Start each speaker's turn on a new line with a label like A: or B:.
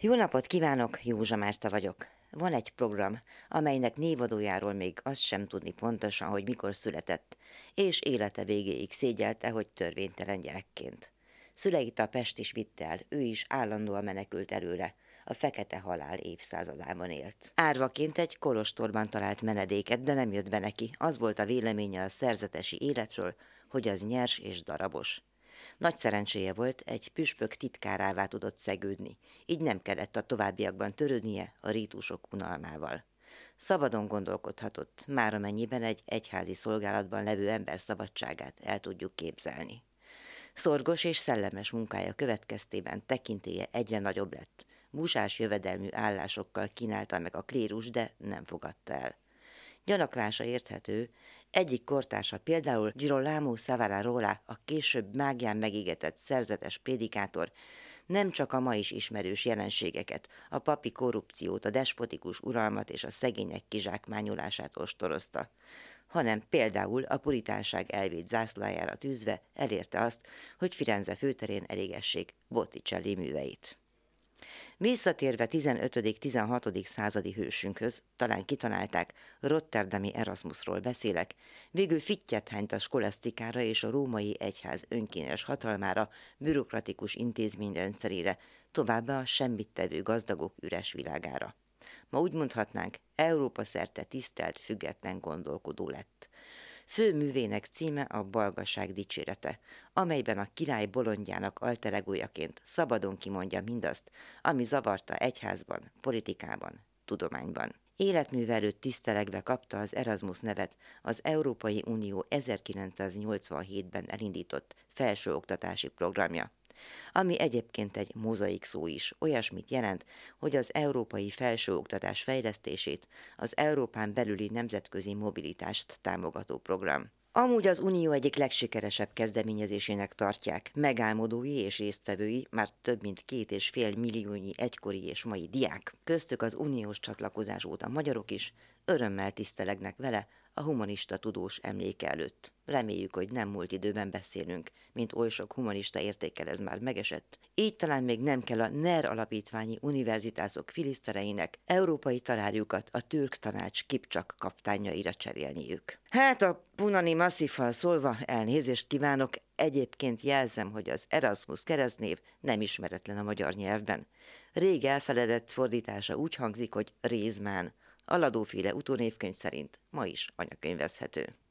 A: Jó napot kívánok, Józsa Márta vagyok. Van egy program, amelynek névadójáról még azt sem tudni pontosan, hogy mikor született, és élete végéig szégyelte, hogy törvénytelen gyerekként. Szüleit a Pest is vitte el, ő is állandóan menekült előle, a fekete halál évszázadában élt. Árvaként egy kolostorban talált menedéket, de nem jött be neki. Az volt a véleménye a szerzetesi életről, hogy az nyers és darabos. Nagy szerencséje volt, egy püspök titkárává tudott szegődni, így nem kellett a továbbiakban törődnie a rítusok unalmával. Szabadon gondolkodhatott, már amennyiben egy egyházi szolgálatban levő ember szabadságát el tudjuk képzelni. Szorgos és szellemes munkája következtében tekintélye egyre nagyobb lett. Busás jövedelmű állásokkal kínálta meg a klérus, de nem fogadta el. Gyanakvása érthető, egyik kortársa például Girolamo Savonarola, a később mágián megégetett szerzetes prédikátor, nem csak a ma is ismerős jelenségeket, a papi korrupciót, a despotikus uralmat és a szegények kizsákmányolását ostorozta, hanem például a puritánság elvét zászlajára tűzve elérte azt, hogy Firenze főterén elégessék Botticelli műveit. Visszatérve 15.-16. századi hősünkhöz, talán kitalálták, rotterdami Erasmusról beszélek, végül fittyet hányt a skolasztikára és a római egyház önkényes hatalmára, bürokratikus intézményrendszerére, továbbá a semmittevő gazdagok üres világára. Ma úgy mondhatnánk, Európa szerte tisztelt, független gondolkodó lett. Fő művének címe a Balgaság dicsérete, amelyben a király bolondjának alteregójaként szabadon kimondja mindazt, ami zavarta egyházban, politikában, tudományban. Életműve előtt tisztelegve kapta az Erasmus nevet az Európai Unió 1987-ben elindított felsőoktatási programja, ami egyébként egy mozaik szó is, olyasmit jelent, hogy az európai felsőoktatás fejlesztését, az Európán belüli nemzetközi mobilitást támogató program. Amúgy az Unió egyik legsikeresebb kezdeményezésének tartják megálmodói és résztvevői, már több mint 2,5 milliónyi egykori és mai diák, köztük az uniós csatlakozás óta magyarok is, örömmel tisztelegnek vele a humanista tudós emléke előtt. Reméljük, hogy nem múlt időben beszélünk, mint oly sok humanista értékkel ez már megesett. Így talán még nem kell a NER alapítványi univerzitások filisztereinek európai talárjukat a türk tanács Kipcsak kaptányaira cserélniük. Hát a punani masszívval szólva elnézést kívánok, egyébként jelzem, hogy az Erasmus keresztnév nem ismeretlen a magyar nyelvben. Rég elfeledett fordítása úgy hangzik, hogy Rézmán. A Ladóféle utónévkönyv szerint ma is anyakönyvezhető.